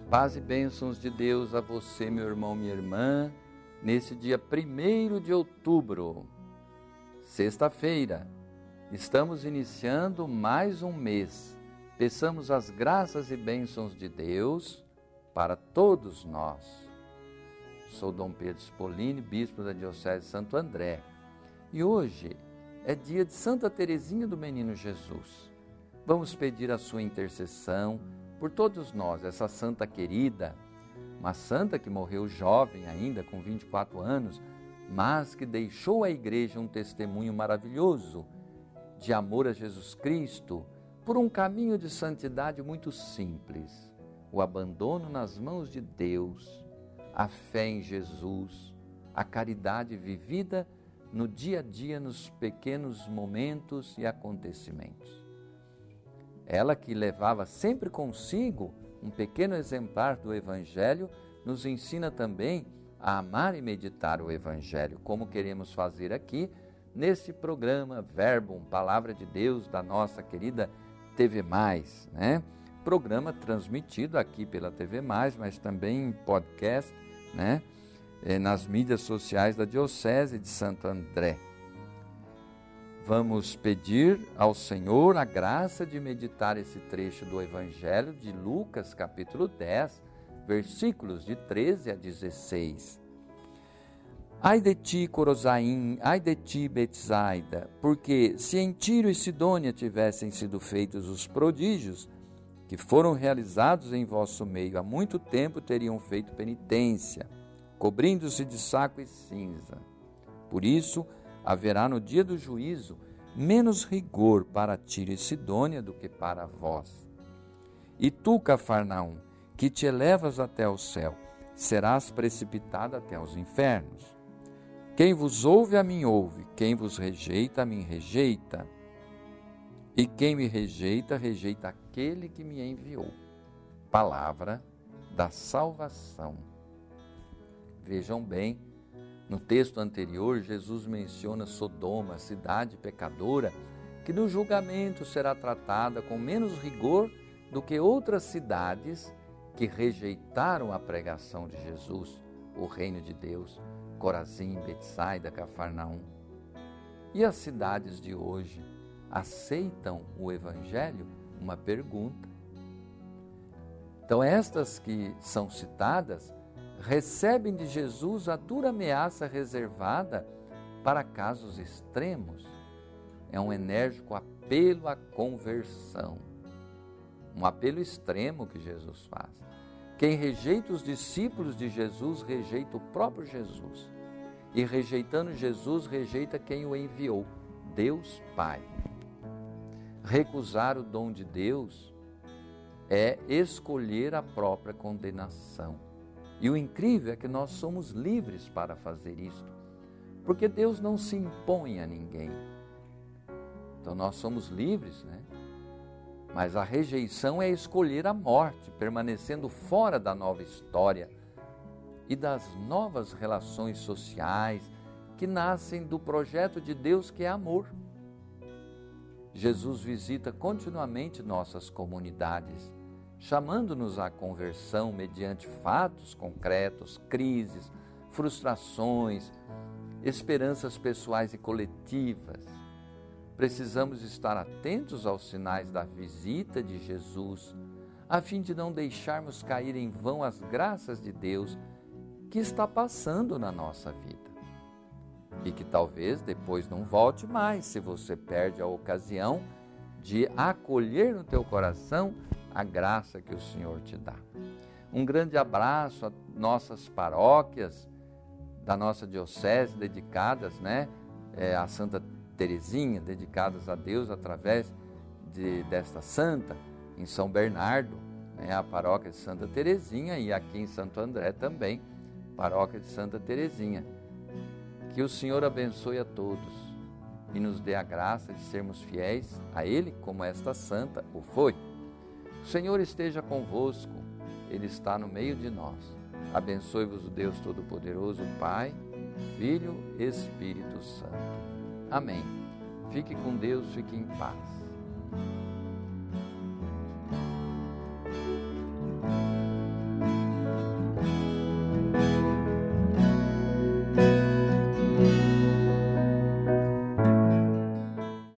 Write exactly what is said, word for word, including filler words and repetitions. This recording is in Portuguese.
Paz e bênçãos de Deus a você, meu irmão, minha irmã, nesse dia primeiro de outubro, sexta-feira. Estamos iniciando mais um mês. Peçamos as graças e bênçãos de Deus para todos nós. Sou Dom Pedro Spolini, bispo da Diocese de Santo André. E hoje é dia de Santa Teresinha do Menino Jesus. Vamos pedir a sua intercessão por todos nós, essa santa querida, uma santa que morreu jovem ainda, com vinte e quatro anos, mas que deixou à igreja um testemunho maravilhoso de amor a Jesus Cristo, por um caminho de santidade muito simples, o abandono nas mãos de Deus, a fé em Jesus, a caridade vivida no dia a dia, nos pequenos momentos e acontecimentos. Ela que levava sempre consigo um pequeno exemplar do Evangelho, nos ensina também a amar e meditar o Evangelho, como queremos fazer aqui nesse programa Verbum, Palavra de Deus, da nossa querida T V Mais, né? Programa transmitido aqui pela T V Mais, mas também em podcast, né? É, nas mídias sociais da Diocese de Santo André. Vamos pedir ao Senhor a graça de meditar esse trecho do Evangelho de Lucas, capítulo dez, versículos de treze a dezesseis. Ai de ti, Corozaim, ai de ti, Betsaida, porque se em Tiro e Sidônia tivessem sido feitos os prodígios que foram realizados em vosso meio, há muito tempo teriam feito penitência, cobrindo-se de saco e cinza. Por isso, haverá no dia do juízo menos rigor para Tiro e Sidônia do que para vós. E tu, Cafarnaum, que te elevas até o céu, serás precipitado até os infernos. Quem vos ouve, a mim ouve, quem vos rejeita, a mim rejeita. E quem me rejeita, rejeita aquele que me enviou. Palavra da salvação. Vejam bem, no texto anterior, Jesus menciona Sodoma, cidade pecadora, que no julgamento será tratada com menos rigor do que outras cidades que rejeitaram a pregação de Jesus, o reino de Deus, Corazim, Betsaida, Cafarnaum. E as cidades de hoje aceitam o Evangelho? Uma pergunta. Então, estas que são citadas recebem de Jesus a dura ameaça reservada para casos extremos. É um enérgico apelo à conversão. Um apelo extremo que Jesus faz. Quem rejeita os discípulos de Jesus, rejeita o próprio Jesus. E rejeitando Jesus, rejeita quem o enviou, Deus Pai. Recusar o dom de Deus é escolher a própria condenação. E o incrível é que nós somos livres para fazer isto, porque Deus não se impõe a ninguém. Então nós somos livres, né? Mas a rejeição é escolher a morte, permanecendo fora da nova história e das novas relações sociais que nascem do projeto de Deus, que é amor. Jesus visita continuamente nossas comunidades, chamando-nos à conversão mediante fatos concretos, crises, frustrações, esperanças pessoais e coletivas. Precisamos estar atentos aos sinais da visita de Jesus, a fim de não deixarmos cair em vão as graças de Deus que está passando na nossa vida. E que talvez depois não volte mais, se você perde a ocasião de acolher no teu coração a graça que o Senhor te dá. Um grande abraço a nossas paróquias da nossa diocese, dedicadas, né, é, a Santa Teresinha, dedicadas a Deus através de, desta santa, em São Bernardo, né, a paróquia de Santa Teresinha, e aqui em Santo André também, paróquia de Santa Teresinha. Que o Senhor abençoe a todos e nos dê a graça de sermos fiéis a Ele, como esta santa o foi. O Senhor esteja convosco, Ele está no meio de nós. Abençoe-vos o Deus Todo-Poderoso, Pai, Filho e Espírito Santo. Amém. Fique com Deus, fique em paz.